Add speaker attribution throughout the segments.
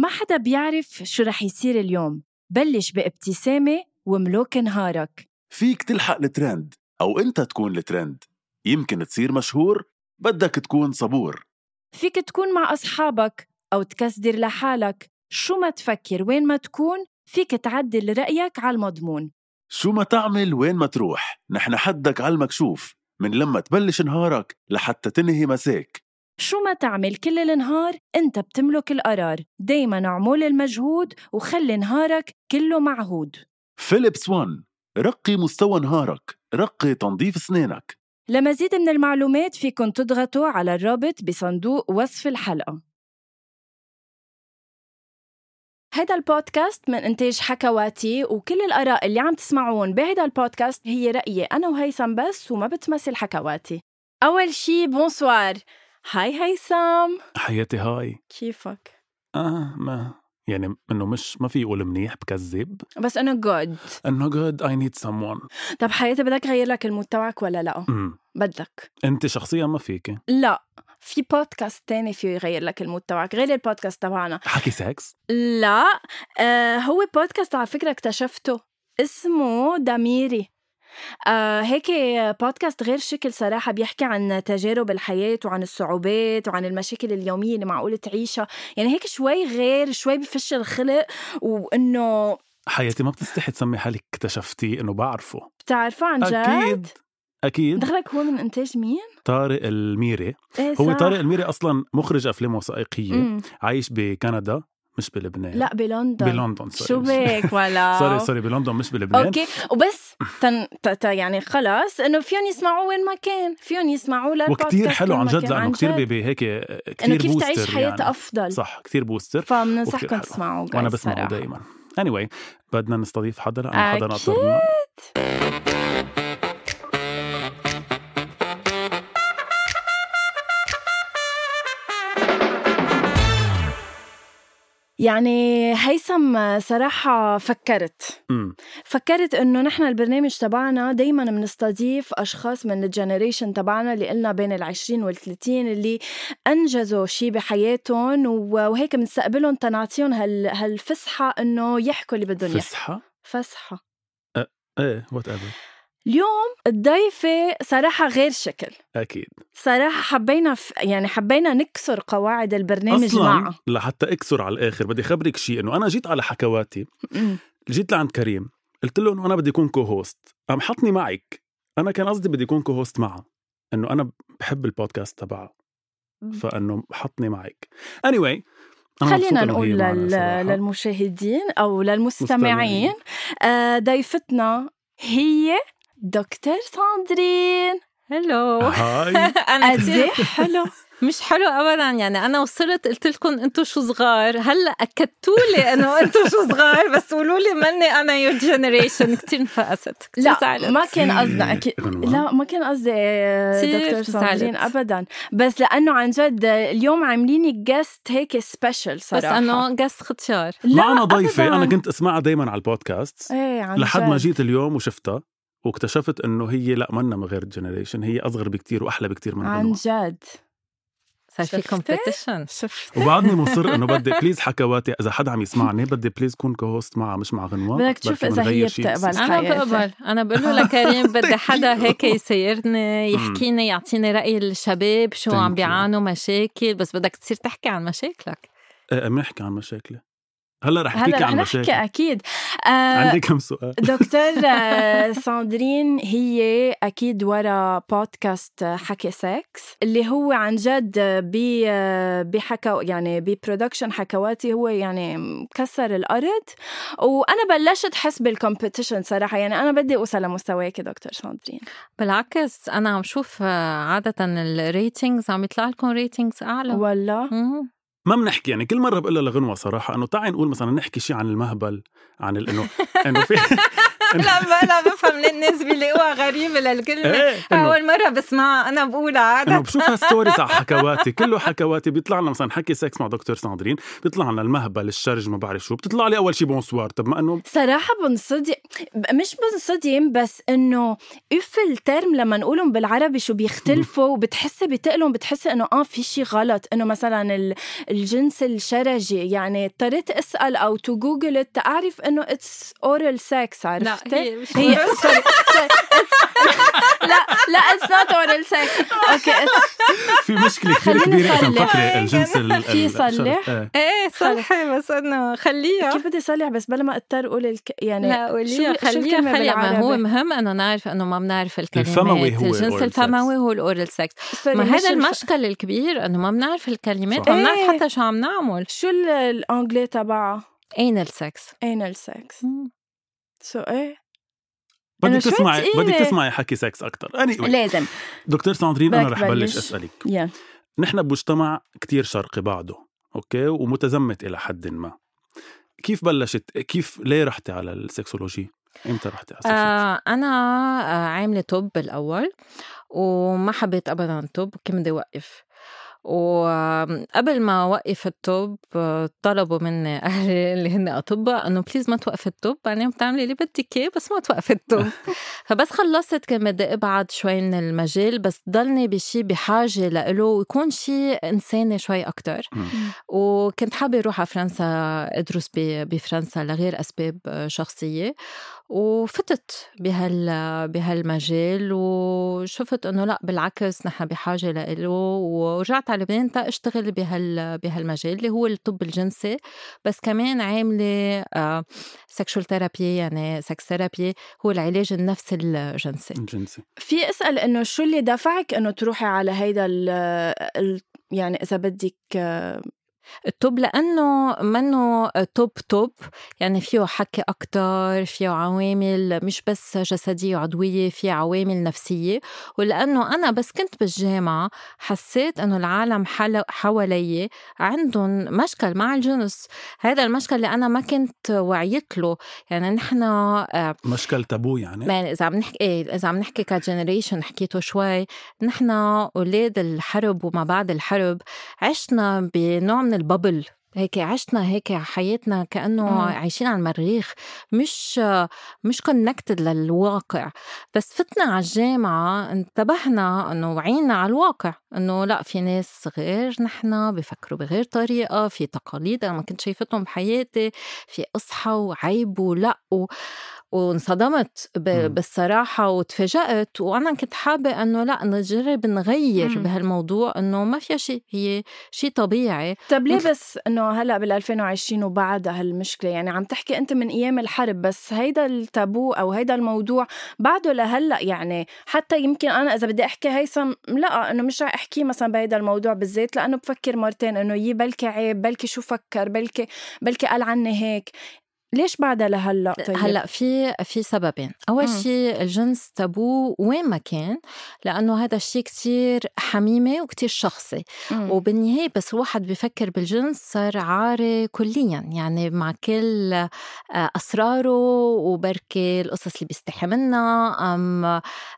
Speaker 1: ما حدا بيعرف شو رح يصير اليوم. بلش بابتسامة وملوك نهارك.
Speaker 2: فيك تلحق الترند أو أنت تكون الترند. يمكن تصير مشهور، بدك تكون صبور.
Speaker 1: فيك تكون مع أصحابك أو تكسدر لحالك. شو ما تفكر وين ما تكون، فيك تعدل رأيك على المضمون.
Speaker 2: شو ما تعمل وين ما تروح، نحن حدك على المكشوف، من لما تبلش نهارك لحتى تنهي مساك.
Speaker 1: شو ما تعمل كل النهار، انت بتملك القرار. دايما اعمل المجهود وخلي نهارك كله معهود.
Speaker 2: فيليبس وان، رقي مستوى نهارك، رقي تنظيف سنينك.
Speaker 1: لمزيد من المعلومات فيكن تضغطوا على الرابط بصندوق وصف الحلقة. هيدا البودكاست من إنتاج حكواتي، وكل الآراء اللي عم تسمعون بهيدا البودكاست هي رأيي أنا وهيثم بس، وما بتمثل حكواتي. أول شي بونسوار. هاي هيثم.
Speaker 2: حياتي هاي.
Speaker 1: كيفك؟
Speaker 2: ما يعني إنه ما في يقول منيح، بكذب،
Speaker 1: بس أنا good.
Speaker 2: إنه good. I need someone.
Speaker 1: طب حياتي، بدك غير لك المود تبعك ولا لا؟ بدك.
Speaker 2: أنت شخصيا ما فيك.
Speaker 1: لا، في بودكاست تاني فيه يغير لك المود تبعك غير البودكاست تبعنا.
Speaker 2: حكي سكس؟
Speaker 1: لا، هو بودكاست على فكرة اكتشفته، اسمه دميري. هيك بودكاست غير شكل صراحة، بيحكي عن تجارب الحياة وعن الصعوبات وعن المشاكل اليومية اللي معقول تعيشها. يعني هيك شوي غير، شوي بفش الخلق. وإنه
Speaker 2: حياتي ما بتستحي تسمي حالك اكتشفتي، إنه بعرفه.
Speaker 1: بتعرفه عن جد؟
Speaker 2: أكيد.
Speaker 1: دخلك هو من إنتاج مين؟
Speaker 2: طارق الميري.
Speaker 1: إيه
Speaker 2: هو
Speaker 1: صح.
Speaker 2: طارق الميري أصلاً مخرج أفلام وثائقية، عايش بكندا مش بلبنان.
Speaker 1: لا، بلندن. شو بيك ولا
Speaker 2: سوري بلندن مش بلبنان.
Speaker 1: اوكي، وبس يعني خلاص انه فيهم يسمعوا وين ما كان، فيهم يسمعوا للبودكاست.
Speaker 2: وكتير حلو عن جد، لانه كتير هيك كتير
Speaker 1: انه كيف
Speaker 2: بوستر
Speaker 1: تعيش حياة
Speaker 2: يعني.
Speaker 1: افضل.
Speaker 2: صح، كتير بوستر،
Speaker 1: فبننصحكم تسمعوا.
Speaker 2: وانا بسمعه دائما. anyway، بدنا نستضيف حدا، لانه حدا
Speaker 1: أكيد.
Speaker 2: ناطرنا.
Speaker 1: يعني هيثم صراحة فكرت إنه نحن البرنامج تبعنا دايماً بنستضيف أشخاص من الجنريشن تبعنا اللي قلنا بين 20 و30، اللي أنجزوا شي بحياتهم، وهيك بنستقبلهم تنعطيهم هالفسحة إنه يحكوا اللي بدهم يحكوا. فسحة.
Speaker 2: ايه whatever.
Speaker 1: اليوم الضيفة صراحة غير شكل.
Speaker 2: أكيد.
Speaker 1: صراحة حبينا نكسر قواعد البرنامج معه.
Speaker 2: لحتى أكسر على الآخر بدي خبرك شيء، إنه أنا جيت على حكواتي، جيت لعند كريم، قلت له إنه أنا بدي أكون كوهوست، قام حطني معك. أنا كان قصدي بدي أكون كوهوست معه، إنه أنا بحب البودكاست تبعه، فإنه حطني معك. anyway،
Speaker 1: خلينا نقول للمشاهدين أو للمستمعين، ضيفتنا هي دكتور ساندرين.
Speaker 3: هلو.
Speaker 2: هاي.
Speaker 3: أنا
Speaker 1: قديه حلو.
Speaker 3: مش حلو أبداً، يعني أنا وصلت قلت لكم أنتوا شو صغار، هلأ أكدتوا لي أنه أنتوا شو صغار، بس قولوا لي مني أنا يور جنريشن. كتير انفقست.
Speaker 1: لا، ما كان قصدنا أكيد. لا، ما كان قصدي دكتور ساندرين أبداً، بس لأنه عن جد اليوم عامليني جاست هيك سبيشل صراحة.
Speaker 3: بس أنه جاست ختشار.
Speaker 2: لا، أنا ضيفة. أنا كنت أسمعها دايماً على البودكاست لحد ما جيت اليوم وشفتها واكتشفت إنه هي لا، منا من غير جنريشن، هي أصغر بكتير وأحلى بكتير من
Speaker 1: عن جد.
Speaker 3: صار في كومبيتيشن.
Speaker 2: وبعدني مصر انه بدي بليز حكواتي، اذا حدا عم يسمعني بدي بليز كون كوهوست معها مش مع غنوة.
Speaker 1: بدك تشوف اذا هي بتقبل.
Speaker 3: انا بقول له لكريم بدي حدا هيك يسيرني، يحكيني، يعطيني رأي الشباب شو عم بيعانوا مشاكل، بس بدك تصير تحكي عن مشاكلك.
Speaker 2: بنحكي عن مشاكلي هلا. رح احكيكي عن مشاكل.
Speaker 1: اكيد.
Speaker 2: عندي كم سؤال. دكتور
Speaker 1: ساندرين هي اكيد ورا بودكاست حكي سكس، اللي هو عن جد بحكا يعني ببرودكشن حكواتي، هو يعني كسر الارض. وانا بلشت حس بالكومبيتيشن صراحه، يعني انا بدي اوصل لمستواك دكتور ساندرين.
Speaker 3: بالعكس انا عم شوف عاده الريتينجز عم يطلع لكم ريتينجز اعلى
Speaker 1: والله.
Speaker 2: ما بنحكي يعني كل مرة بقولها لغنوة صراحة إنه تعي نقول مثلا نحكي شيء عن المهبل، عن إنه في
Speaker 3: لا بفهم الناس بيلاقوها غريبة للكلمة. أول مرة بسمعها أنا بقولها عادة.
Speaker 2: إنه بشوفها ستوريز على حكواتي، كله حكواتي بيطلع لنا مثلا حكي سكس مع دكتور ساندرين، بيطلع لنا المهبل، الشرج، ما بعرف شو، بتطلع لي أول شيء بونسوار. طب ما إنه
Speaker 1: صراحة مش بنصدم، بس إنه الترم لما نقولهم بالعربي شو بيختلفوا، وبتحسي بتقلهم، بتحسي إنه في شيء غلط. إنه مثلا الجنس الشرجي، يعني اضطريت أسأل أو تو جوجل تعرف إنه it's oral sex. عرفت؟ هي لا it's not oral sex. okay
Speaker 2: في مشكلة كثير كبيرة إذا مفكرة الجنس
Speaker 1: في صلح
Speaker 3: ايه صلحي بس انه خليها.
Speaker 1: كيف بدي صلح بس بلا ما اضطر اقول يعني
Speaker 3: لا قوليها خليها. ما هو مهم انه نعرف انه ما بنعرف الكلمات.
Speaker 2: الفموي هو
Speaker 3: الجنس الفموي هو الاورال سكس. ما هذا المشكل الكبير انه ما بنعرف الكلمات، ما بنعرف حتى شو عم نعمل.
Speaker 1: شو الانجلي تبعها؟
Speaker 3: anal sex.
Speaker 1: سو ايه
Speaker 2: بدك تسمعي حكي سكس أكتر.
Speaker 1: لازم.
Speaker 2: دكتور ساندرين أنا رح بلش أسألك. نحن بمجتمع كتير شرقي بعده، أوكي، ومتزمت إلى حد ما. كيف بلشت؟ ليه رحتي على السكسولوجي؟ إمتى رحتي على السكسولوجي؟
Speaker 3: أنا عاملة طب بالأول وما حبيت أبداً طب، كنت بدي أوقف. وقبل ما وقف الطب طلبوا مني أهلي اللي هن أطباء أنه بليز ما توقف الطب، يعني بتعملي اللي بدك إياه بس ما توقف الطب. فبس خلصت كان بدي أبعد شوي من المجال، بس ضلني بشي بحاجة لإله ويكون شي إنساني شوي أكتر. وكنت حابة أروح على فرنسا أدرس بفرنسا لغير أسباب شخصية، وفتت بهالمجال وشفت أنه لا بالعكس نحن بحاجة لإله، ورجعت على لبنان أشتغل بهالمجال اللي هو الطب الجنسي، بس كمان عاملة سكشوال ثيرابي، يعني سكس ثيرابي هو العلاج النفسي الجنسي.
Speaker 1: في أسأل إنه شو اللي دفعك إنه تروحي على هيدا يعني إذا بدك
Speaker 3: الطب؟ لأنه منه توب يعني فيه حكي أكتر، فيه عوامل مش بس جسدية وعضوية، فيه عوامل نفسية. ولأنه أنا بس كنت بالجامعة حسيت أنه العالم حوالي عندهم مشكل مع الجنس، هذا المشكل اللي أنا ما كنت وعيت له. يعني نحن
Speaker 2: مشكل تابو، يعني
Speaker 3: إذا عم نحكي كجنريشن حكيته شوي، نحن أولاد الحرب وما بعد الحرب عشنا بنوع من البابل، هيك عشنا هيك حياتنا كأنه عايشين على المريخ، مش كونكتد للواقع. بس فتنا على الجامعة انتبهنا انه وعينا على الواقع انه لا، في ناس غير نحنا بيفكروا بغير طريقة، في تقاليد انا ما كنت شايفتهم بحياتي، في اصحى وعيب ولا وانصدمت بالصراحة وتفاجأت. وأنا كنت حابة أنه لا نجرب نغير بهالموضوع، أنه ما في شيء، هي شيء طبيعي.
Speaker 1: طب ليه بس أنه هلأ بال2020 وبعد هالمشكلة؟ يعني عم تحكي أنت من أيام الحرب، بس هيدا التابو أو هيدا الموضوع بعده لهلأ. يعني حتى يمكن أنا إذا بدي أحكي هيثم لا، أنه مش رح أحكي مثلا بهيدا الموضوع بالذات، لأنه بفكر مرتين أنه بلكي عيب، بلكي شو فكر، بلكي قال عني هيك. ليش بعدها لهلا؟ طيب
Speaker 3: هلا في سببين. اول شيء الجنس تابو وين ما كان، لانه هذا الشيء كتير حميمي وكتير شخصي. وبالنهايه بس الواحد بيفكر بالجنس صار عاري كليا، يعني مع كل اسراره وبركي القصص اللي بيستحي منها،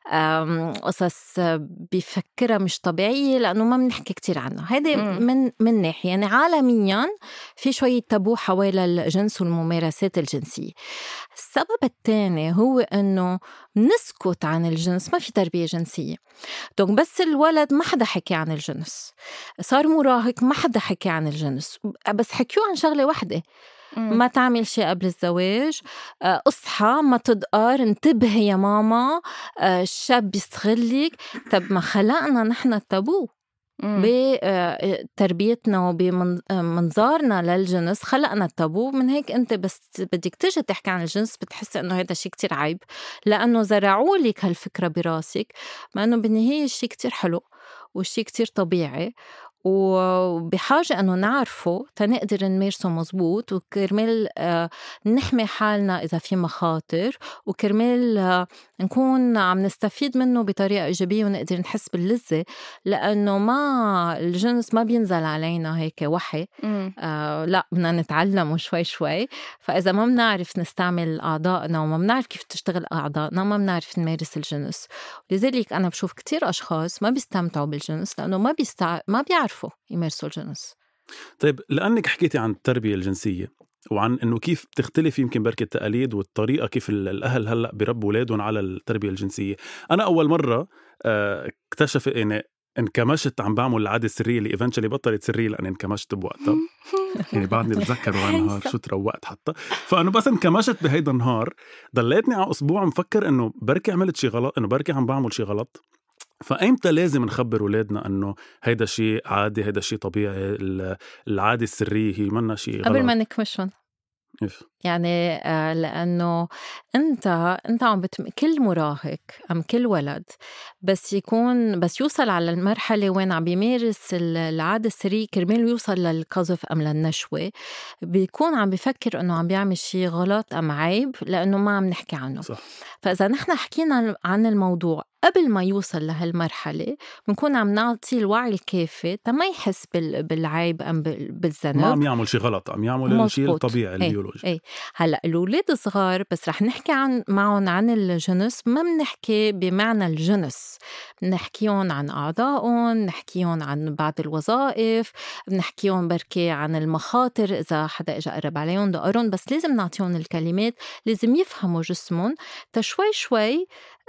Speaker 3: قصص بيفكرها مش طبيعيه لانه ما بنحكي كتير عنها. هذه من ناحيه، يعني عالميا في شويه تابو حوالي الجنس والممارسات الجنسية. السبب الثاني هو أنه نسكت عن الجنس، ما في تربية جنسية. دونك بس الولد ما حدا حكي عن الجنس، صار مراهق ما حدا حكي عن الجنس، بس حكيوا عن شغلة واحدة، ما تعمل شيء قبل الزواج، اصحى ما تدقر، انتبهي يا ماما، الشاب بيستغلك. طب ما خلقنا نحن التابو بتربيتنا وبمنظارنا للجنس، خلقنا التابو. من هيك انت بس بدك تيجي تحكي عن الجنس بتحسي انه هذا شيء كتير عيب، لانه زرعوا لك هالفكره براسك، مع انه بالنهايه الشيء كتير حلو والشيء كتير طبيعي، وبحاجة أنه نعرفه تنقدر نمارسه مزبوط، وكرمال نحمي حالنا إذا في مخاطر، وكرمال نكون عم نستفيد منه بطريقة إيجابية ونقدر نحس باللذة، لأنه ما الجنس ما بينزل علينا هيك وحي. لا، بدنا نتعلمه شوي شوي. فإذا ما بنعرف نستعمل أعضائنا وما بنعرف كيف تشتغل أعضائنا، ما بنعرف نمارس الجنس. لذلك أنا بشوف كتير أشخاص ما بيستمتعوا بالجنس لأنه ما بيعرفوا يمارسوا الجنس.
Speaker 2: طيب، لأنك حكيتي عن التربية الجنسية وعن إنه كيف بتختلف يمكن بركة التقاليد والطريقة كيف الأهل هلأ بربوا أولادهم على التربية الجنسية، أنا أول مرة اكتشف إن انكمشت عم بعمل العادة السرية اللي ايفنتشلي بطلت سرية لأن انكمشت بوقتها. يعني بعدني بتذكر وين نهار شو تروقت حتى. فأنه بس انكمشت بهيدا النهار ضليتني على أسبوع مفكر إنه بركي عملت شي غلط، إنه بركي عم بعمل شي غلط. فأيمتى لازم نخبر أولادنا أنه هيدا شيء عادي، هيدا شيء طبيعي، العادة السرية هي منا شيء غلط
Speaker 3: قبل ما نكمشون؟ يعني لأنه أنت عم كل مراهق أم كل ولد بس يوصل على المرحلة وين عم بيمارس العادة السرية كرمال يوصل للقذف أم للنشوة، بيكون عم بيفكر أنه عم بيعمل شيء غلط أم عيب لأنه ما عم نحكي عنه.
Speaker 2: صح. فإذا
Speaker 3: نحن حكينا عن الموضوع قبل ما يوصل لهالمرحلة بنكون عم نعطي الوعي الكافي ما يحس بالعيب أم بالذنب،
Speaker 2: ما عم يعمل شيء غلط، عم يعمل الشيء الطبيعي البيولوجي.
Speaker 3: هلأ الأولاد الصغار بس رح نحكي معهم عن الجنس، ما بنحكي بمعنى الجنس، بنحكيهم عن أعضائهم، نحكيهم عن بعض الوظائف، بنحكيهم بركي عن المخاطر إذا حدا إجا قرب عليهم دقرهم، بس لازم نعطيهم الكلمات، لازم يفهموا جسمهم تشوي شوي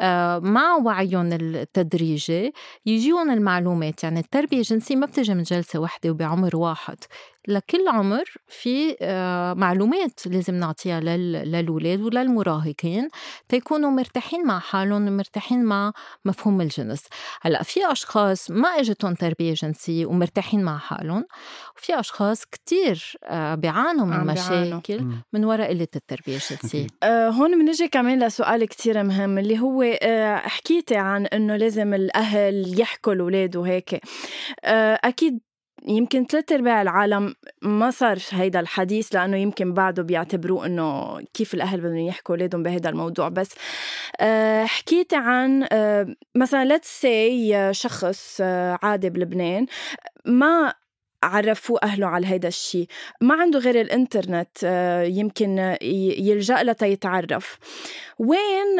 Speaker 3: مع وعيهم التدريجي يجيون المعلومات. يعني التربية الجنسية ما بتجي من جلسة واحدة وبعمر واحد، لكل عمر في معلومات لازم نعطيها للولاد وللمراهقين تيكونوا مرتاحين مع حالهم ومرتاحين مع مفهوم الجنس. هلأ في أشخاص ما اجتهم تربية جنسية ومرتاحين مع حالهم، وفي أشخاص كتير بيعانوا من مشاكل من وراء قلة التربية الجنسية.
Speaker 1: هون بنجي كمان لسؤال كتير مهم اللي هو حكيتي عن إنه لازم الأهل يحكوا الولاد وهيك. أكيد يمكن 3/4 العالم ما صار هيدا الحديث لأنه يمكن بعده بيعتبروه إنه كيف الأهل بدهم يحكوا أولادهم بهيدا الموضوع. بس حكيتي عن مثلا let's say شخص عادي بلبنان ما عرفوا أهله على هيدا الشيء، ما عنده غير الإنترنت يمكن يلجأ له تيتعرف. وين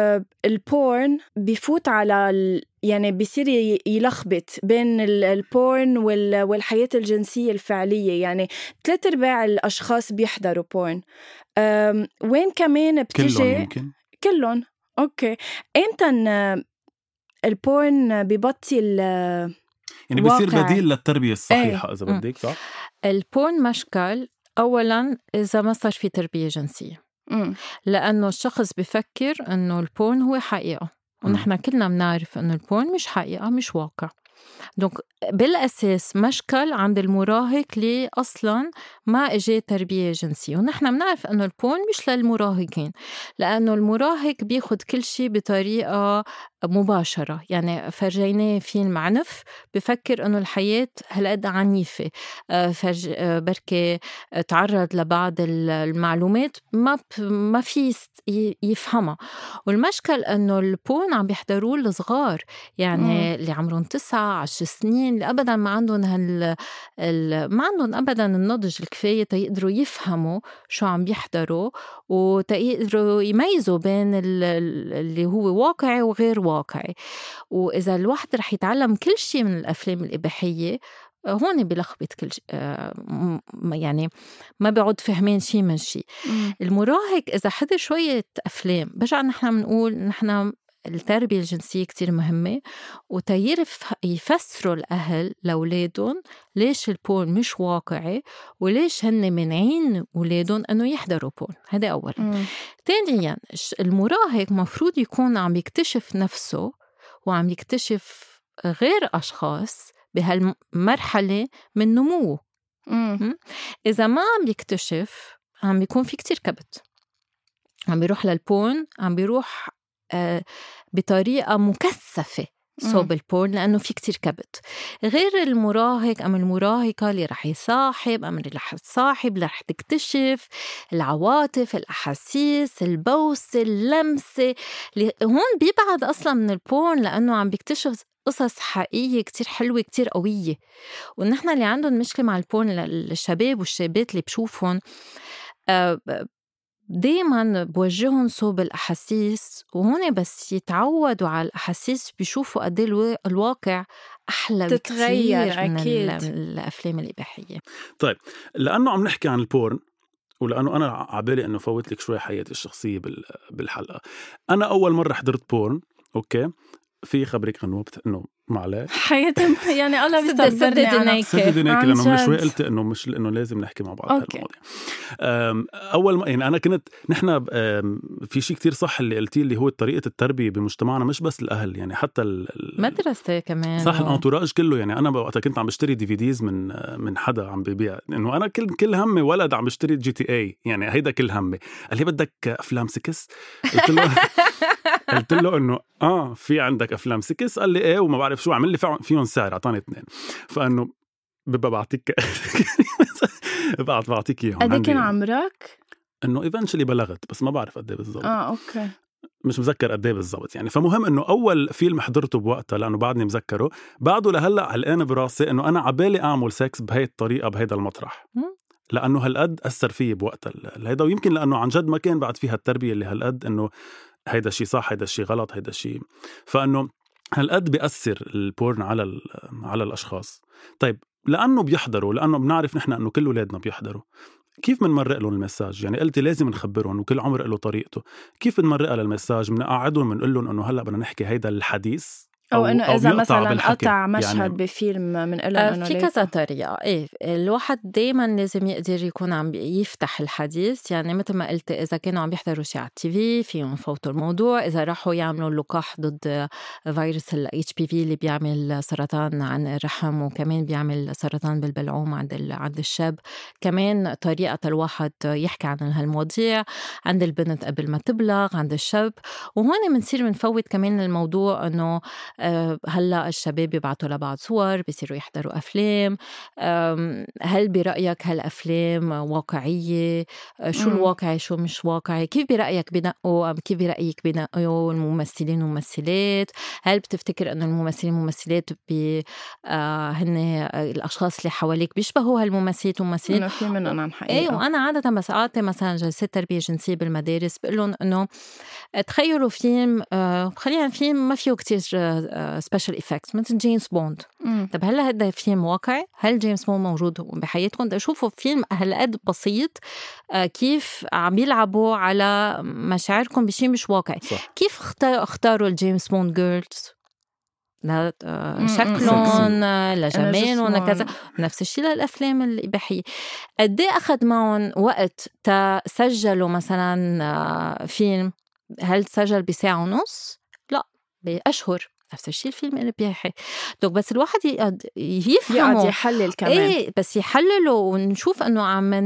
Speaker 1: البورن بيفوت على يعني بيصير يلخبط بين البورن والحياة الجنسية الفعلية. يعني 3/4 الأشخاص بيحضروا بورن. وين كمان بتجي كلهم أوكي. إمتى البورن ببطل
Speaker 2: يعني بيصير بديل للتربية الصحيحة إذا بدك صح؟
Speaker 3: البورن مشكل أولاً إذا ما صار في تربية جنسية، لأنه الشخص بفكر أنه البورن هو حقيقة، ونحن كلنا بنعرف أنه البورن مش حقيقة، مش واقع. دونك بالأساس مشكل عند المراهق اللي أصلاً ما إجي تربية جنسية. ونحن بنعرف أنه البورن مش للمراهقين، لأنه المراهق بياخد كل شيء بطريقة مباشرة. يعني فرجيناه فيلم عنف بفكر أنه الحياة هالقد عنيفة، بركي تعرض لبعض المعلومات ما في يفهمها. والمشكل أنه البورن عم بيحضروه الصغار، يعني اللي عمرهم 9-10 سنين، اللي أبداً ما عندهم ما عندهم أبداً النضج الكفاية تيقدروا يفهموا شو عم بيحضروا وتيقدروا يميزوا بين اللي هو واقعي وغير واقعي. وإذا الواحد رح يتعلم كل شيء من الأفلام الإباحية هون بيلخبط كل شيء، يعني ما بيعود فهمين شيء من شيء. المراهق إذا حضر شوية أفلام برجع نحن بنقول نحن التربية الجنسية كتير مهمة، وتيرف يفسروا الأهل لأولادهم ليش البورن مش واقعي وليش هن منعين أولادهم أنه يحضروا بورن. هذا أولا. ثانيا المراهق مفروض يكون عم يكتشف نفسه وعم يكتشف غير أشخاص بهالمرحلة من نموه. إذا ما عم يكتشف عم بيكون في كتير كبت، عم بيروح للبورن، عم بيروح بطريقة مكثفة صوب البورن لأنه في كتير كبت. غير المراهق أم المراهقة اللي رح يصاحب أم اللي رح تصاحب اللي رح تكتشف العواطف، الأحاسيس، البوسة، اللمسة، اللي هون بيبعد أصلا من البورن لأنه عم بيكتشف قصص حقيقية كتير حلوة كتير قوية. ونحن اللي عندهم مشكلة مع البورن الشباب والشابات اللي بشوفهم دايماً بوجههم صوب الأحاسيس، وهون بس يتعودوا على الأحاسيس بيشوفوا قد الواقع أحلى
Speaker 1: تتغير
Speaker 3: أكيد من الأفلام الإباحية.
Speaker 2: طيب لأنه عم نحكي عن البورن، ولأنه أنا عبالي أنه فوت لك شوي حياتي الشخصية بالحلقة. أنا أول مرة حضرت بورن أوكي في خبرك أنه معلش
Speaker 1: حياتي يعني الله بيصبرني أنا
Speaker 2: سدد نايك لأنه مش قلت إنه مش إنه لازم نحكي مع بعض هالمواضيع. أول ما يعني أنا كنت نحن في شيء كتير صح اللي قلتيه اللي هو طريقة التربية بمجتمعنا مش بس الأهل يعني حتى
Speaker 3: مدرسة كمان
Speaker 2: صح الانتوراج كله. يعني أنا وقتها كنت عم بشتري DVDs من حدا عم ببيع إنه أنا كل همي ولد عم بشتري GTA يعني هيدا كل همي. قال لي بدك أفلام سكس؟ قلت له إنه في عندك أفلام سكس؟ قال لي إيه وما بعرف شو. عمل لي فيهم سعر أعطاني 2 فإنه بعطيك بعطيك إياهم.
Speaker 1: قد كان عمرك؟
Speaker 2: إنه eventually بلغت بس ما بعرف قد إيه بالضبط.
Speaker 1: أوكي
Speaker 2: مش مذكر قد إيه بالضبط يعني. فمهم إنه أول فيلم حضرته بوقتها لأنه بعدني مذكره بعده لهلأ علقان براسي إنه أنا عبالي أعمل سكس بهاي الطريقة بهيدا المطرح لأنه هالقد أثر فيه بوقتها هيدا. ويمكن لأنه عن جد ما كان بعد فيها التربية اللي هالقد إنه هيدا الشيء صح هيدا الشيء غلط هيدا الشيء. فإنه هالقد بيأثر البورن على الأشخاص. طيب لأنه بيحضروا لأنه بنعرف نحن أنه كل أولادنا بيحضروا كيف بنمرق لهم المساج؟ يعني قلتي لازم نخبرهم وكل عمر له طريقته. كيف بنمرق للمساج؟ بنقعدهم بنقول لهم أنه هلأ بدنا نحكي هيدا الحديث
Speaker 1: أو إنه إذا مثلا قطع مشهد
Speaker 2: يعني
Speaker 1: بفيلم من إنه
Speaker 3: في كذا طريقة. الواحد دايما لازم يقدر يكون عم يفتح الحديث. يعني مثل ما قلت إذا كانوا عم يحضروا شيء على التيفي فيهم فوتوا الموضوع. إذا راحوا يعملوا لقاح ضد فيروس HPV اللي بيعمل سرطان عن الرحم وكمان بيعمل سرطان بالبلعوم عند الشاب كمان طريقة الواحد يحكي عن هالمواضيع عند البنت قبل ما تبلغ عند الشاب. وهون منصير منفوت كمان الموضوع إنه هلأ الشباب بيبعتوا لبعض صور بيصيروا يحضروا أفلام. هل برأيك هالأفلام واقعية؟ شو الواقعي شو مش واقعي؟ كيف برأيك بنقوا الممثلين والممثلات؟ هل بتفتكر أنه الممثلين والممثلات هن الأشخاص اللي حواليك بيشبهوا هالممثلات والممثلين؟
Speaker 1: إنه في منهم عن حقيقة.
Speaker 3: وأنا عادة بس أعطي مثلا جلسات تربية جنسية بالمدارس بقولهم إنه تخيلوا فيلم خلينا فيلم ما فيه كتير سبيشال إفكتس مثل جيمس بوند. طب هلا هذا فيلم واقعي؟ هل جيمس بوند موجود بحياتكم؟ شوفوا فيلم هالقد بسيط كيف عم يلعبوا على مشاعركم بشيء مش واقعي.
Speaker 2: صح.
Speaker 3: كيف اختاروا الجيمس بوند جيرلز؟ لا شكلهم لا جمالهم كذا. نفس الشيء للأفلام الإباحية. قد ايه أخذ معهم وقت تسجلوا مثلا فيلم؟ هل سجل بساعة ونص؟ لا بأشهر. نفس الشيء الفيلم الإباحي. دوك بس الواحد يفهمه
Speaker 1: يحلل كمان.
Speaker 3: بس يحللوا ونشوف أنه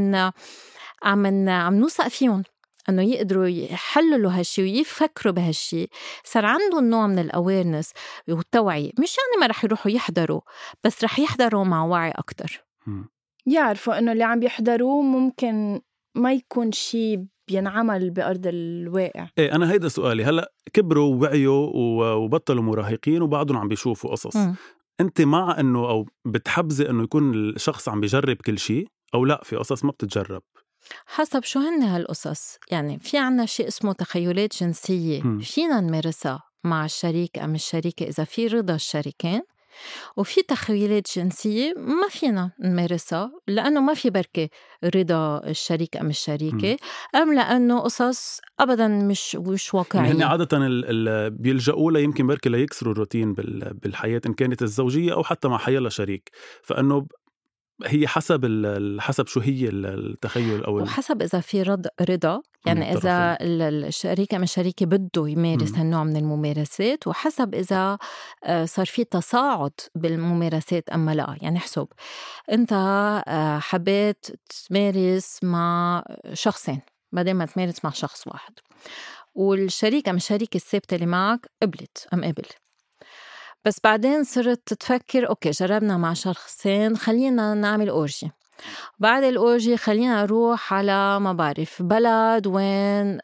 Speaker 3: عم نوثق فيهم أنه يقدروا يحللوا هالشي ويفكروا بهالشي. صار عندهم نوع من الأويرنس والتوعية. مش يعني ما رح يروحوا يحضروا بس رح يحضروا مع وعي أكتر.
Speaker 1: يعرفوا أنه اللي عم بيحضروه ممكن ما يكون شي بينعمل بأرض الواقع.
Speaker 2: أنا هيدا سؤالي. هلأ كبروا ووعيوا وبطلوا مراهقين وبعضهم عم بيشوفوا قصص. أنت مع أنه أو بتحبزي أنه يكون الشخص عم بيجرب كل شيء أو لا في قصص ما بتتجرب؟
Speaker 3: حسب شو هن هالقصص. يعني في عنا شيء اسمه تخيلات جنسية فينا نمارسها مع الشريك أم الشريكة إذا في رضا الشريكين. وفي تخيلات جنسية ما فينا نمارسها لأنه ما في بركة رضا الشريك أم الشريكة أم لأنه قصص أبداً مش واقعية.
Speaker 2: يعني عادة بيلجأوا له يمكن بركة ليكسروا الروتين بالحياة إن كانت الزوجية أو حتى مع حيالله شريك. فأنه هي حسب شو هي التخيل أو
Speaker 3: وحسب إذا في رضا يعني إذا الشريك أم الشريكة بده يمارس هالنوع من الممارسات وحسب إذا صار في تصاعد بالممارسات أما لا. يعني حسب أنت حبيت تمارس مع شخصين بدل ما تمارس مع شخص واحد والشريك أم الشريكة الثابتة اللي معك قبلت أم قبل بس بعدين صرت تفكر أوكي جربنا مع شخصين خلينا نعمل أورجي. بعد الأورجي خلينا نروح على ما بعرف بلد وين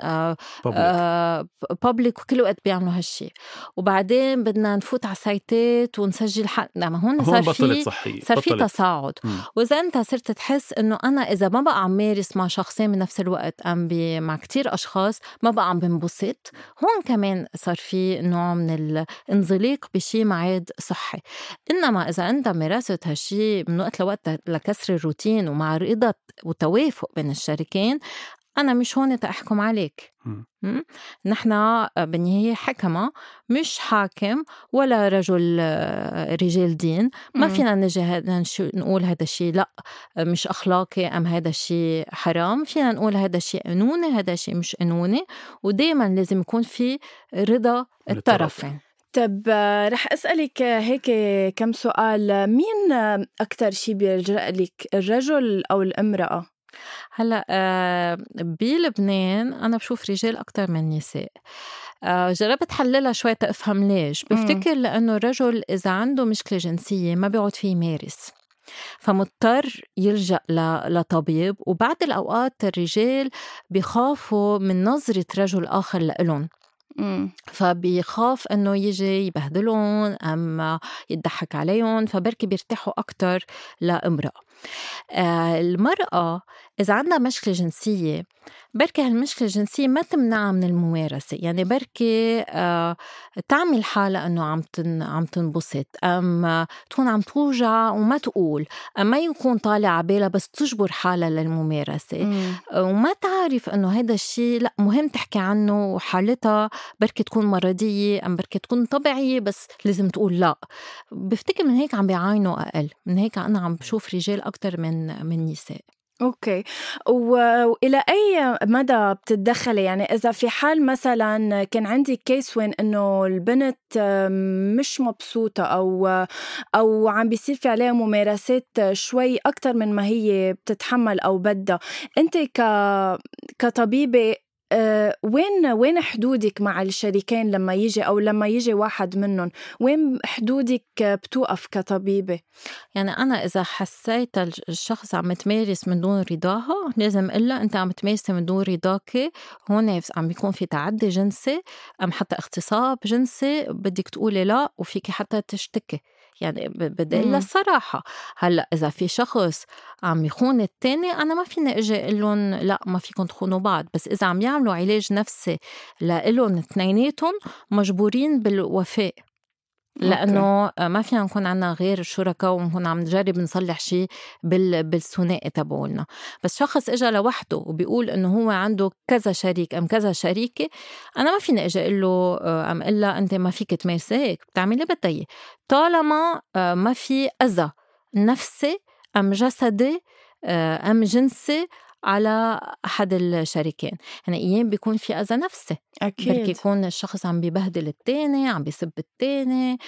Speaker 3: بابليك وكل وقت بيعملوا هالشي. وبعدين بدنا نفوت على سايتات ونسجل ما هون صار في تصاعد. وإذا أنت صرت تحس إنه أنا إذا ما بقى عم مارس مع شخصين بنفس الوقت مع كتير أشخاص ما بقى عم بنبسط هون كمان صار في نوع من الانزلاق بشي معاد صحي. إنما إذا أنت مارست هالشي من وقت لوقت لكسر الروتين ومع رضا وتوافق بين الشريكين أنا مش هون تأحكم عليك. نحن بالنهاية حكمة، مش حاكم ولا رجال دين. ما فينا نجي نقول هذا الشيء لا مش أخلاقي أم هذا الشيء حرام. فينا نقول هذا الشيء قانوني، هذا الشيء مش قانوني، ودايما لازم يكون في رضا الطرفين.
Speaker 1: طب رح أسألك هيك كم سؤال. مين أكتر شي بيلجأ لك، الرجل أو الامرأة؟
Speaker 3: هلأ بلبنان أنا بشوف رجال أكتر من نساء. جربت حللها شوي تفهم ليش. بفتكر لأنه الرجل إذا عنده مشكلة جنسية ما بيقعد فيه يمارس، فمضطر يلجأ لطبيب. وبعد الأوقات الرجال بيخافوا من نظرة رجل آخر لإلهم، فبيخاف انه يجي يبهدلون أم يضحك عليهم، فبركي بيرتاحوا أكتر لامرأة. المرأة إذا عندها مشكلة جنسية بركي هالمشكلة الجنسية ما تمنعها من الممارسة. يعني بركي تعمل حالة أنه عم تنبسط، أم تكون عم توجع وما تقول، أما يكون طالع عبالها بس تجبر حالة للممارسة وما تعرف أنه هيدا الشيء لا مهم تحكي عنه، وحالتها بركي تكون مرضية أم بركي تكون طبيعية بس لازم تقول لا. بفتكر من هيك عم بيعاينوا أقل، من هيك أنا عم بشوف رجال أكتر من نساء.
Speaker 1: أوكي. وإلى أي مدى بتتدخلي؟ يعني إذا في حال مثلا كان عندي كيس وين إنه البنت مش مبسوطة أو عم بيصير في عليها ممارسات شوي أكتر من ما هي بتتحمل أو بدها، أنت كطبيبة وين حدودك مع الشريكين لما يجي واحد منهم؟ وين حدودك بتوقف كطبيبة؟
Speaker 3: يعني أنا إذا حسيت الشخص عم تمارس من دون رضاها لازم إلا أنت عم تمارس من دون رضاك، هون عم بيكون في تعدي جنسي أم حتى اغتصاب جنسي، بدك تقولي لا وفيك حتى تشتكي. يعني بدي إلا الصراحة. هلأ إذا في شخص عم يخون التاني أنا ما فيني أجي أقولن لا ما فيكن تخونوا بعض، بس إذا عم يعملوا علاج نفسي لإلن اثنيناتهم مجبورين بالوفاء، لأنه ما فينا نكون عنا غير الشركاء ونكون عم نجرب نصلح شيء بالثنائي تبعولنا. بس شخص إجا لوحده وبيقول إنه هو عنده كذا شريك أم كذا شريكة، أنا ما فيني أجي أقول له أم إلا أنت ما فيك تمارسي هيك، بتعملي بدي طالما ما في أذى نفسي أم جسدي أم جنسي على أحد الشريكين. يعني أيام بيكون في أذى نفسي،
Speaker 1: أكيد
Speaker 3: بركي يكون الشخص عم بيبهدل التاني، عم بيسب التاني،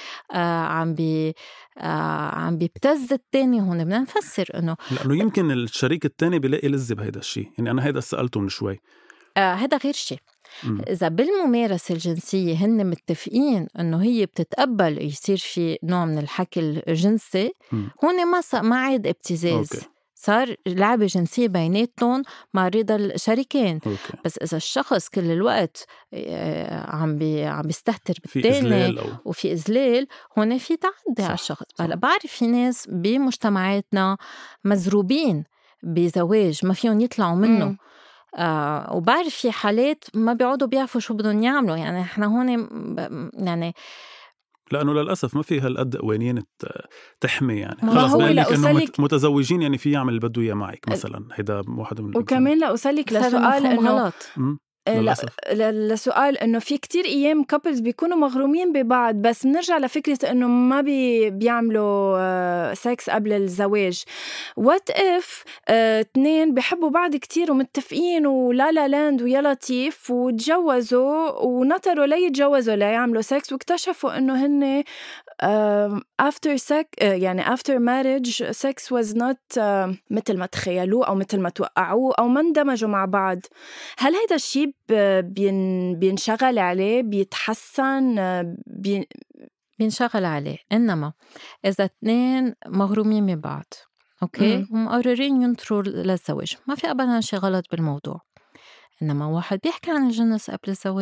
Speaker 3: عم بيبتز التاني. هون بدنا نفسر إنه
Speaker 2: لأنه يمكن الشريك التاني بيلاقي لذة بهيدا الشيء. يعني أنا هيدا سألته من شوي،
Speaker 3: هذا غير شيء. إذا بالممارسة الجنسية هن متفقين إنه هي بتتقبل يصير في نوع من الحكي الجنسي، هون ما عاد ابتزاز، صار لعبة جنسية بيناتهم مع رضا الشريكين. بس إذا الشخص كل الوقت عم بيستهتر بالتاني وفي إذلال، هون في تعدي على الشخص. هلا بعرف في ناس بمجتمعاتنا مزروبين بزواج ما فيهم يطلعوا منه، وبعرف في حالات ما بيعودوا بيعرفوا شو بدهم يعملوا. يعني احنا هون يعني
Speaker 2: لأنه للأسف ما في هالقد قوانين تحمي. يعني خلاص بقولك إنه متزوجين يعني في يعمل بده إياه معك مثلا، هيدا واحد من
Speaker 1: وكمان لأسألك لسؤال إنه لسؤال إنه في كتير أيام كابلز بيكونوا مغرومين ببعض، بس بنرجع لفكرة إنه ما بيعملوا سكس قبل الزواج. what if اتنين بيحبوا بعض كتير ومتفقين ولا لاند ويا لطيف وتجوزوا ونطروا ليتجوزوا ليعملوا سكس، واكتشفوا إنه هن after sex يعني after marriage sex was not مثل ما تخيلوه أو مثل ما توقعوه أو ما اندمجوا مع بعض. هل هيدا الشيء بينشغل عليه، بيتحسن،
Speaker 3: بينشغل عليه؟ إنما إذا اثنين مغرومين من بعض أوكي ومقررين ينطروا للزواج، ما في أبدا شيء غلط بالموضوع. إنما واحد بيحكي عن الجنس قبل الزواج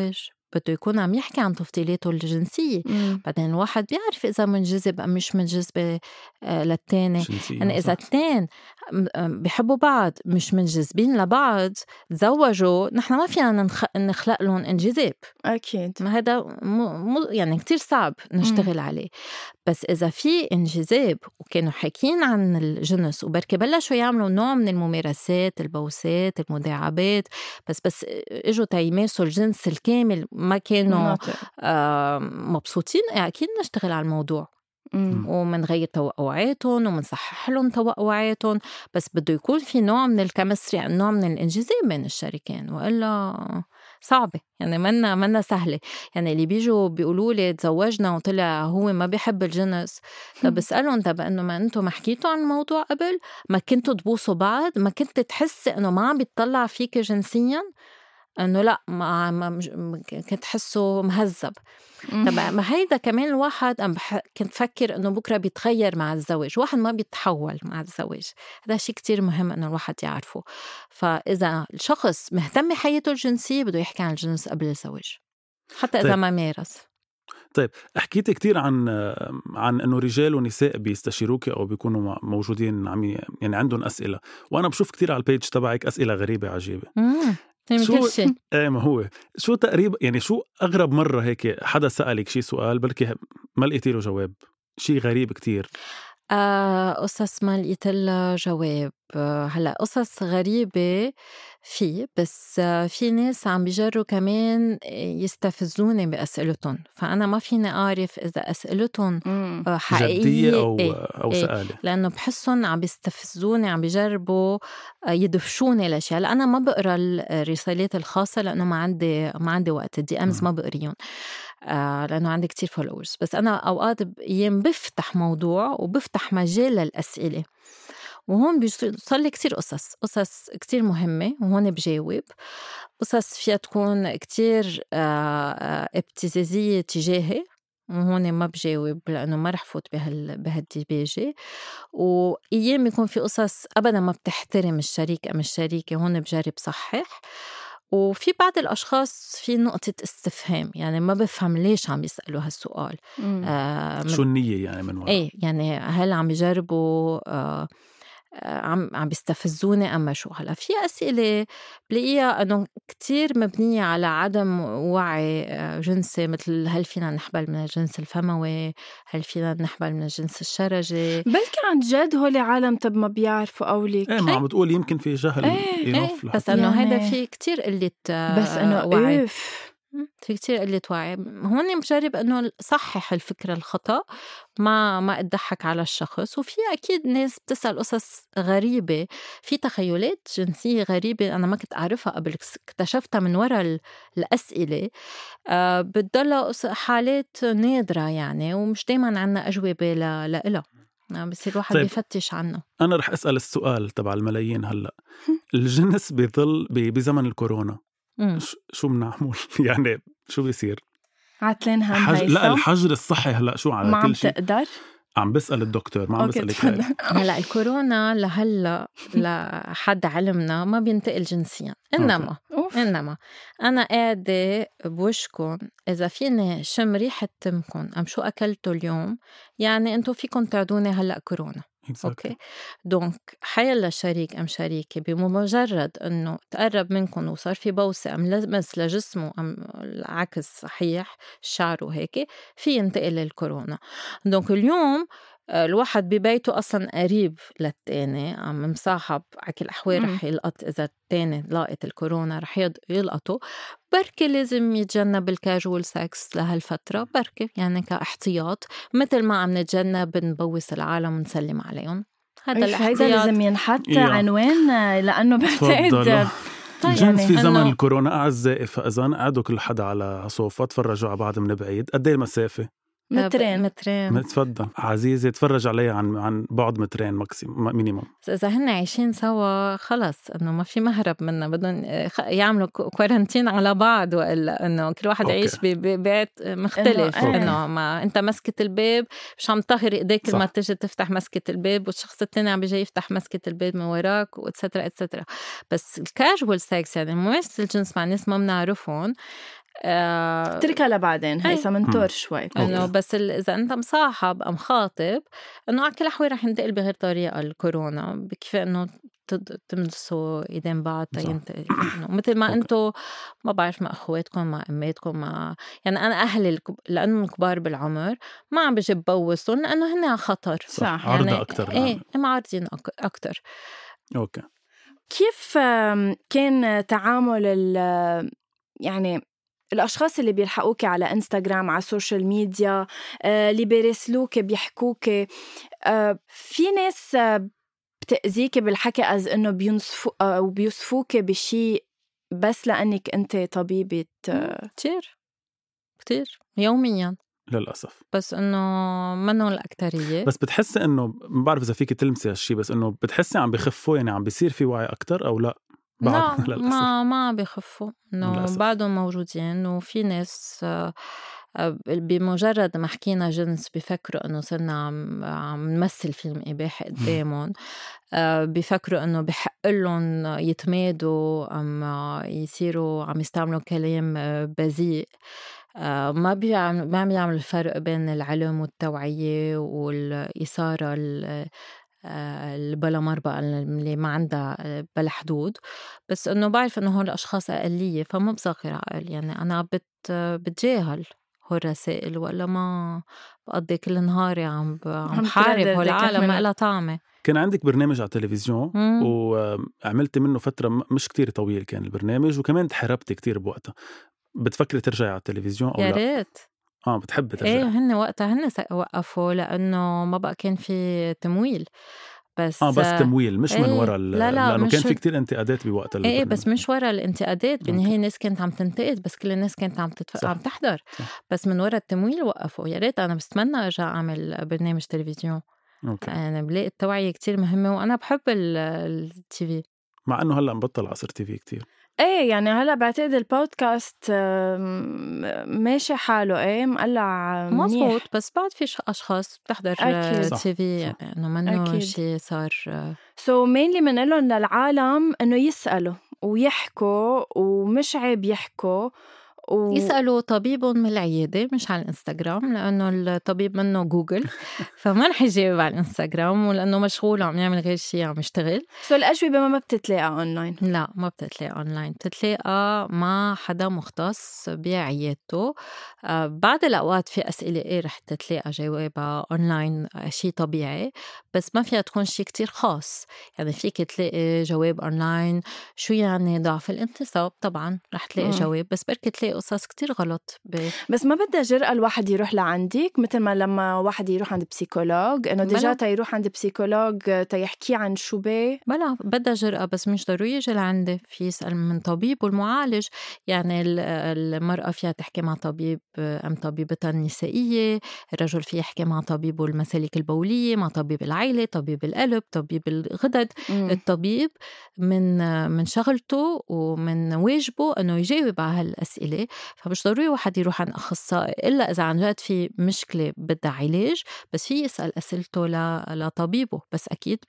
Speaker 3: بده يكون عم يحكي عن تفضيلاته الجنسية. بعدين الواحد بيعرف إذا منجذب أم مش منجذب للتاني. يعني إذا التنين بيحبوا بعض مش منجذبين لبعض تزوجوا، نحن ما فينا نخلق لهم انجذاب.
Speaker 1: أكيد
Speaker 3: ما هذا يعني كتير صعب نشتغل عليه. بس إذا في انجذاب وكانوا حاكين عن الجنس وبركي بلشوا يعملوا نوع من الممارسات، البوسات، المداعبات، بس إجوا تيمارسوا الجنس الكامل ما كانوا مبسوطين، أكيد نشتغل على الموضوع ومنغير توقعاتهم ومنصحح لهم توقعاتهم. بس بده يكون في نوع من الكيمستري، نوع من الانجذاب بين الشريكين، وإلا صعبة. يعني منا سهلة. يعني اللي بيجوا بيقولوا لي تزوجنا وطلع هو ما بيحب الجنس، طب بسألهم طب إنه ما أنتوا ما حكيتوا عن الموضوع قبل؟ ما كنتوا تبوسوا بعض؟ ما كنت تحس إنه ما عم بيتطلع فيك جنسيا؟ إنه لا ما كنت حسه مهذب. طب ما هيدا كمان الواحد كنت فكر إنه بكرة بيتغير مع الزواج. واحد ما بيتحول مع الزواج، هذا شيء كتير مهم إنه الواحد يعرفه. فإذا الشخص مهتم بحياته الجنسية بده يحكي عن الجنس قبل الزواج حتى إذا ما مارس.
Speaker 2: طيب حكيت كتير عن إنه رجال ونساء بيستشيروك أو بيكونوا موجودين يعني عندهم أسئلة، وأنا بشوف كتير على البيج تبعك أسئلة غريبة عجيبة.
Speaker 3: كل شيء.
Speaker 2: ما هو شو تقريبا يعني شو أغرب مرة هيك حدا سألك شي سؤال بركي ما لقيتي له جواب، شي غريب كتير؟
Speaker 3: قصص ما لقيت لها جواب. هلا قصص غريبة بس في ناس عم بيجروا كمان يستفزوني بأسئلتهم، فأنا ما فيني أعرف إذا أسئلتهم حقيقية
Speaker 2: أو سؤالة،
Speaker 3: لأنه بحسهم عم بيستفزوني، عم بيجربوا يدفشوني لأشياء. أنا ما بقرأ الرسالات الخاصة لأنه ما عندي وقت. الدي أمز ما بقريهم لأنه عندي كتير فولورز. بس أنا أوقات أيام بفتح موضوع وبفتح مجال للأسئلة، وهون بيوصل لي كتير قصص كتير مهمة، وهون بجاوب. قصص فيها تكون كتير ابتزازية تجاهي، وهون ما بجاوب لأنه ما رح فوت بهالديباجة. وأيام يكون في قصص أبدا ما بتحترم الشريك أم الشريكة، هون بجرب صحح. وفي بعض الأشخاص في نقطة استفهام، يعني ما بفهم ليش عم يسألوا هالسؤال.
Speaker 2: شو النية يعني من وراء؟
Speaker 3: إيه يعني هل عم يجربوا عم بيستفزوني أما شو؟ هلا في أسئلة بلاقيها أنه كتير مبنية على عدم وعي جنسي، مثل هل فينا نحبل من الجنس الفموي؟ هل فينا نحبل من الجنس الشرجي؟
Speaker 1: بلكي عن جد هولي عالم طب ما بيعرفوا أوليك.
Speaker 2: ما عم بتقول يمكن في جهل
Speaker 3: بس أنه يعني هيدا في كتير قلة
Speaker 1: بس أنه
Speaker 3: وعي. في كتير قلة وعي. هون بجرب أنه صحح الفكرة الخطأ، ما أضحك على الشخص. وفي أكيد ناس بتسأل قصص غريبة، في تخيلات جنسية غريبة أنا ما كنت أعرفها قبل، اكتشفتها من وراء الأسئلة. بتضل حالات نادرة يعني، ومش دايما عنا أجوبة لإلها، بس الواحد
Speaker 2: طيب
Speaker 3: بيفتش عنه.
Speaker 2: أنا رح أسأل السؤال تبع الملايين هلأ. الجنس بيظل بزمن الكورونا شو بنعمل؟ يعني شو بيصير؟
Speaker 1: عتلين
Speaker 2: لا الحجر الصحي هلأ شو على
Speaker 1: ما
Speaker 2: كل
Speaker 1: عم
Speaker 2: شيء؟
Speaker 1: تقدر؟
Speaker 2: عم بسأل الدكتور، ما عم بسألك.
Speaker 3: هلا الكورونا لهلا لحد علمنا ما بينتقل جنسيا، انما انا قاعده بوشكم، اذا فيني شم ريحه تمكن ام شو اكلتوا اليوم، يعني انتم فيكم تعدوني هلا كورونا. اوكي، دونك حيلا شريك ام شريكه بمجرد انه تقرب منكم وصار في بوسه ام لمس لجسمه ام العكس صحيح شعره هيك، في ينتقل الكورونا. دونك اليوم الواحد ببيته أصلاً قريب للتاني، عم مصاحب على كل الأحوال رح يلقط. إذا التاني لاقت الكورونا رح يلقطه. بركي لازم يتجنب الكاجوال سكس لهالفترة، بركي يعني كاحتياط، مثل ما عم نتجنب نبوس العالم ونسلم عليهم. هذا الاحتياط
Speaker 1: لازم ينحط عنوان، لأنه بعتقد
Speaker 2: الجنس في زمن الكورونا أعزائي. فإذا قعدوا كل حدا على صوفة تفرجوا على بعض من بعيد، قد ايه المسافة؟
Speaker 1: مترين.
Speaker 2: تفضل عزيزي تفرج علي عن بعد مترين مينيموم.
Speaker 3: إذا هن عايشين سوا خلص إنه ما في مهرب منا، بدهم يعملوا كوارنتين على بعض، وإلا إنه كل واحد يعيش ببيت مختلف. إنه ما أنت مسكة الباب مش عم طهر إيديك لما تيجي تفتح مسكة الباب، والشخص التاني عم بيجي يفتح مسكة الباب من وراك وإتسترا. بس الكاجوال سكس يعني ممارسة الجنس مع ناس ما بنعرفهم،
Speaker 1: اتركها لبعدين هيثم منطور شوي
Speaker 3: انه بس اذا انت مصاحب ام خاطب انه على كل الاحوال رح ينتقل بغير طريقه الكورونا، بكفي انه تمسوا ايدين بعض مثل ما انتم ما بعرف مع اخواتكم مع اماتكم مع يعني انا اهلي لانهم كبار بالعمر ما عم بجيب بوسهم لانه هن على خطر
Speaker 2: صح يعني عرضة اكثر
Speaker 3: ايه معرضين اكثر.
Speaker 1: اوكي كيف كان تعامل يعني الأشخاص اللي بيلحقوك على إنستغرام على السوشيال ميديا اللي بيرسلوك بيحكوك في ناس بتأذيك بالحكي از إنه بيوصفوك بشيء بس لأنك أنت طبيبة
Speaker 3: كتير يوميا
Speaker 2: للأسف،
Speaker 3: بس إنه منهم الأكترية.
Speaker 2: بس بتحسي إنه ما بعرف إذا فيك تلمسي هالشي، بس إنه بتحسي عم بخفوا يعني عم بيصير في وعي أكتر أو لا؟
Speaker 3: لا ما بيخفوا إنه بعدهم موجودين، وفي ناس بمجرد ما حكينا جنس بيفكروا إنه صرنا عم نمثل فيلم إباحي قدامهم، بيفكروا إنه بحق لهم يتمادوا أم يصيروا عم يستعملوا كلام بذيء. ما بيعمل الفرق بين العلم والتوعية والإثارة البلا مربع اللي ما عندها بلا حدود، بس إنه بعرف إنه هول الأشخاص أقلية فما بصغر عقل. يعني أنا بتجاهل هول الرسائل ولا ما بقضي كل نهاري عم حارب هول العالم ما إلها طعمة.
Speaker 2: كان عندك برنامج على التلفزيون وعملت منه فترة مش كتير طويل كان البرنامج، وكمان تحربت كتير بوقتها. بتفكري ترجعي على التلفزيون أو
Speaker 3: يا
Speaker 2: لا؟
Speaker 3: ريت.
Speaker 2: بتحب ترجعي؟
Speaker 3: ايه هن وقتها وقفوا لأنه ما بقى كان في تمويل. بس
Speaker 2: تمويل مش من وراء
Speaker 3: لا
Speaker 2: لأنه كان في كتير انتقادات بوقت
Speaker 3: ايه بس مش وراء الانتقادات، بالنهاية الناس كانت عم تنتقد بس كل الناس كانت عم تحضر. بس من وراء التمويل وقفوا. يا ريت أنا بستمنى أرجع أعمل برنامج تلفزيون. أنا بلاقي التوعية كتير مهمة وأنا بحب التي في،
Speaker 2: مع أنه هلأ مبطل عصر تي في كتير.
Speaker 1: ايه يعني هلا بعتقد البودكاست ماشي حاله ايه مقلع
Speaker 3: مزبوط، بس بعد في اشخاص بتحضر تي في يعني انه منه شيء صار.
Speaker 1: مينلي منقلهم للعالم انه يسألوا ويحكوا ومش عيب يحكوا
Speaker 3: يسألوا طبيبهم من العيادة مش على الانستغرام، لأنه الطبيب منه جوجل فما رح يجاوب على الانستغرام، ولأنه مشغول عم يعمل غير شيء عم يشتغل.
Speaker 1: الأجوبة ما بتتلاقى أونلاين؟
Speaker 3: لا ما بتتلاقى أونلاين، بتتلاقى مع حدا مختص بعيادته. بعض الأوقات في أسئلة إيه رح تتلاقى جوابها أونلاين شيء طبيعي، بس ما فيها تكون شيء كتير خاص. يعني فيك تلاقي جواب أونلاين شو يعني ضعف الانتصاب، طبعا رح تلاقي جواب، بس بركي تلاقي قصص كتير غلط.
Speaker 1: بس ما بدها جرأة الواحد يروح لعندك مثل ما لما واحد يروح عند بسيكولوج، إنه ديجا يروح عند بسيكولوج تيحكي عن شو
Speaker 3: بلا بدها جرأة، بس مش ضروري يجي لعندي. في يسأل من طبيب والمعالج. يعني المرأة فيها تحكي مع طبيب أم طبيبتها النسائية، الرجل فيه يحكي مع طبيب المسالك البولية، مع طبيب العائلة، طبيب القلب، طبيب الغدد. الطبيب من شغلته ومن واجبه أنه يجاوب على هالأسئلة، فمش ضروري واحد يروح عن أخصائي إلا إذا عن جد في مشكلة بدها علاج، بس في يسأل أسئلته لطبيبه، بس أكيد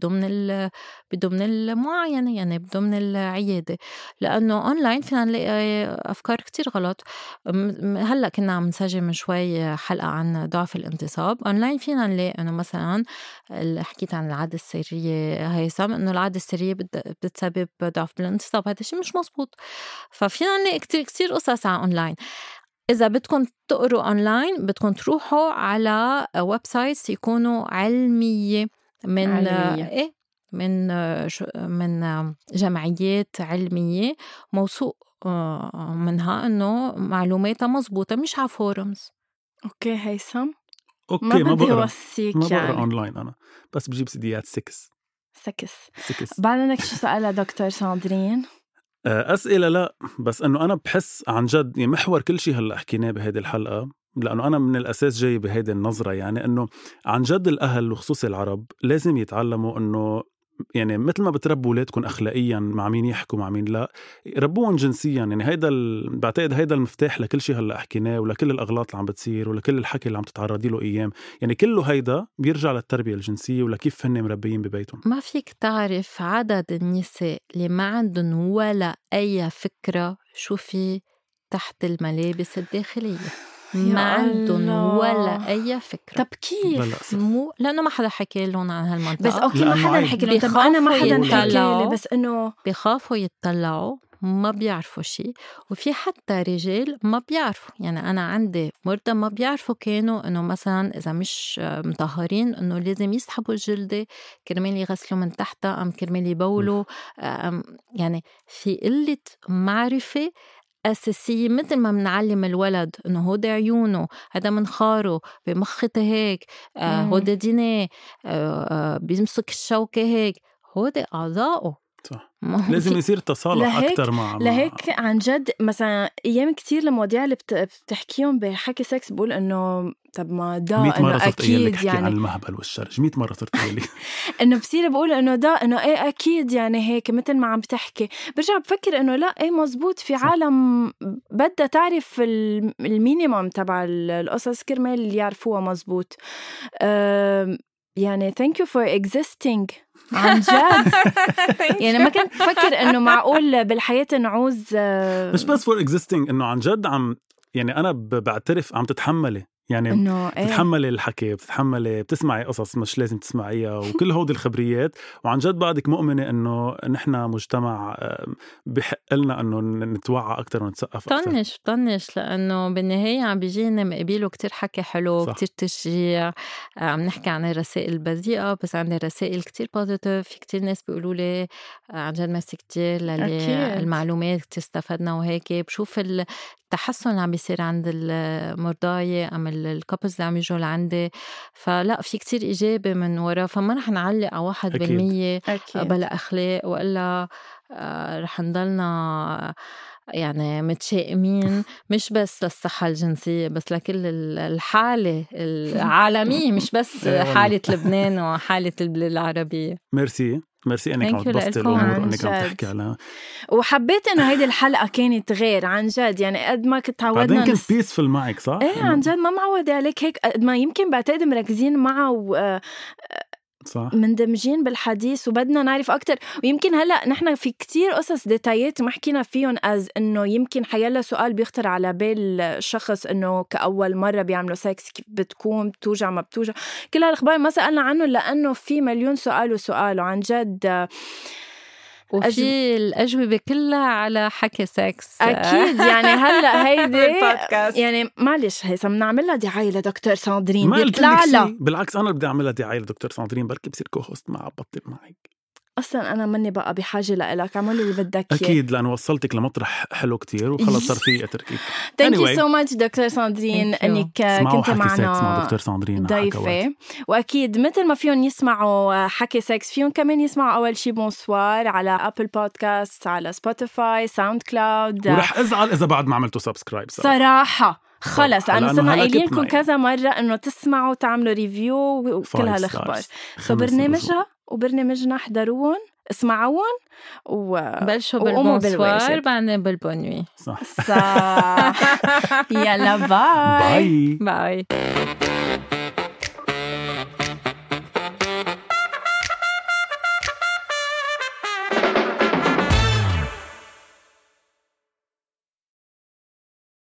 Speaker 3: بضمن المعاينة، يعني بضمن العيادة، لأنه أونلاين فينا نلاقي أفكار كتير غلط. هلأ كنا عم نسجل من شوي حلقة عن ضعف الانتصاب. أونلاين فينا نلاقي أنه مثلا حكيت عن العادة السرية هيثم، أنه العادة السرية بتسبب ضعف بالانتصاب، هذا الشيء مش مزبوط. ففينا نلاقي كتير قصص على أونلاين. إذا بدكم تقروا أونلاين بدكم تروحوا على ويب سايتس يكونوا علمية من جمعيات علمية موثوق منها إنه معلوماتها مزبوطة، مش على فورمز.
Speaker 1: أوكي هيثم،
Speaker 2: أوكي ما بقرأ
Speaker 1: يعني.
Speaker 2: أونلاين أنا بس بجيب سيديات 6.
Speaker 1: بعد عندك شو سألها دكتور ساندرين؟
Speaker 2: أسئلة لا، بس أنه أنا بحس عن جد يعني محور كل شيء هلأ حكيناه بهذه الحلقة، لأنه أنا من الأساس جاي بهذه النظرة، يعني أنه عن جد الأهل وخصوصي العرب لازم يتعلموا أنه يعني مثل ما بتربوا ولادكم أخلاقيا مع مين يحكوا مع مين لا، ربوهم جنسيا. يعني بعتقد هيدا المفتاح لكل شيء هلأ حكيناه، ولكل الأغلاط اللي عم بتصير، ولكل الحكي اللي عم تتعرضي له أيام، يعني كله هيدا بيرجع للتربية الجنسية ولكيف هن مربيين ببيتهم.
Speaker 3: ما فيك تعرف عدد النساء اللي ما عندهم ولا أي فكرة شو في تحت الملابس الداخلية. ما عندهم ولا أي فكرة.
Speaker 1: طب كيف؟
Speaker 3: لأنه ما حدا حكي لهم عن هالمنطقة.
Speaker 1: بس أوكي ما حدا حكي لي. طب أنا ما حدا حكي لي، بس إنه
Speaker 3: بيخافوا يتطلعوا، ما بيعرفوا شيء. وفي حتى رجال ما بيعرفوا، يعني أنا عندي مرضى ما بيعرفوا كانوا إنه مثلا إذا مش مطهرين إنه لازم يسحبوا الجلدة كرمال يغسلوا من تحتها أم كرمال يبولوا. يعني في قلة معرفة أساسية. مثل ما منعلم الولد إنه هودا عيونه، هذا منخاره، بمخته هيك، هودا دينيه، بيمسك الشوكة هيك، هودا أعضاؤه.
Speaker 2: صح. لازم يصير تصالح أكتر مع
Speaker 1: لهيك عن جد مثلا أيام كتير المواضيع اللي بتحكيهم بحكي سكس بقول إنه طب ما ده
Speaker 2: 100 مرة صرت
Speaker 1: أكيد
Speaker 2: يعني عن المهبل والشرج 100 مرة صرت أقول لك
Speaker 1: إنه بصير بقول إنه ده إنه إيه أكيد يعني هيك مثل ما عم بتحكي. برجع بفكر إنه لا إيه مزبوط. في عالم بدها تعرف المينيمم تبع القصص كرمال يعرفوها مزبوط. يعني thank you for existing عن جد. يعني ما كنت بفكر إنه معقول بالحياة نعوز
Speaker 2: مش بس for existing، إنه عن جد عم يعني أنا بعترف عم تتحملي، يعني بتتحملي الحكي، بتتحملي، بتسمعي قصص مش لازم تسمعيها وكل هودي الخبريات. وعن جد بعدك مؤمنة إنه نحن مجتمع بحق لنا إنه نتوعى أكتر ونتثقف أكتر.
Speaker 3: طنش لأنه بالنهاية عم بيجينا مقابله كتير حكي حلو، صح. كتير تشجيع. عم نحكي عن الرسائل البذيئة، بس عندي رسائل كتير بوزيتيف. في كتير ناس بيقولوا لي عن جد ميرسي كتير المعلومات كتير استفدنا وهيك. بشوف التحسن اللي عم بيصير عند المرضاية أم الكابلز اللي عم يجوا لعندي. فلا في كتير إيجابي من وراء. فما رح نعلق على 1% بلا أخلاق، وإلا رح نضلنا يعني متشائمين، مش بس للصحة الجنسية بس لكل الحالة العالمية، مش بس حالة لبنان وحالة البلاد العربية.
Speaker 2: ميرسي انك عم تبسطي الامور وانك عم تحكي عنها.
Speaker 1: وحبيت انه هيدي الحلقه كانت غير عن جد. يعني قد ما كنت تعودنا
Speaker 2: بعدين كنت بيسفل معك، صح؟
Speaker 1: ايه عن جد ما معودة عليك هيك. قد ما يمكن بعتقد مركزين معه
Speaker 2: صح،
Speaker 1: مندمجين بالحديث وبدنا نعرف أكتر. ويمكن هلأ نحن في كتير قصص ديتايات ما حكينا فيهم، از إنه يمكن حيلا سؤال بيخطر على بال الشخص إنه كأول مرة بيعملوا سكس كيف بتكون، بتوجع ما بتوجع، كل هالأخبار ما سألنا عنه لأنه في مليون سؤال وسؤال. وعن جد
Speaker 3: وفي الأجوبة كلها على حكي سكس
Speaker 1: أكيد. يعني هلأ هيدي يعني معلش هيثم نعملها دعاية لدكتور ساندرين بيطلع لها.
Speaker 2: بالعكس أنا بدي أعملها دعاية لدكتور ساندرين، بركي بصير كوهوست معها بطل معك.
Speaker 1: أصلاً أنا مني بقى بحاجة لإلك، عمل اللي بدك
Speaker 2: أكيد لأنه وصلتك لمطرح حلو كتير وخلص صار في أتركيك.
Speaker 1: Thank you so much دكتور ساندرين إنك كنت معنا
Speaker 2: مع دكتور ساندرين
Speaker 1: ضيفة. وأكيد مثل ما فيهم يسمعوا حكي سكس فيهم كمان يسمعوا أول شي بونسوار على أبل بودكاست، على سبوتيفاي، ساوند كلاود.
Speaker 2: ورح أزعل إذا بعد ما عملتوا سبسكرايب
Speaker 1: صراحة خلص، لأنه صرنا قايلينكم كذا مرة إنه تسمعوا تعملوا ريفيو وكل هالأخبار. برنامجها وبرنامجنا احضروهم، اسمعوهم
Speaker 3: وبلشوا بالبونسوار بعدين بالبونوي.
Speaker 2: صح.
Speaker 1: يلا باي
Speaker 2: باي.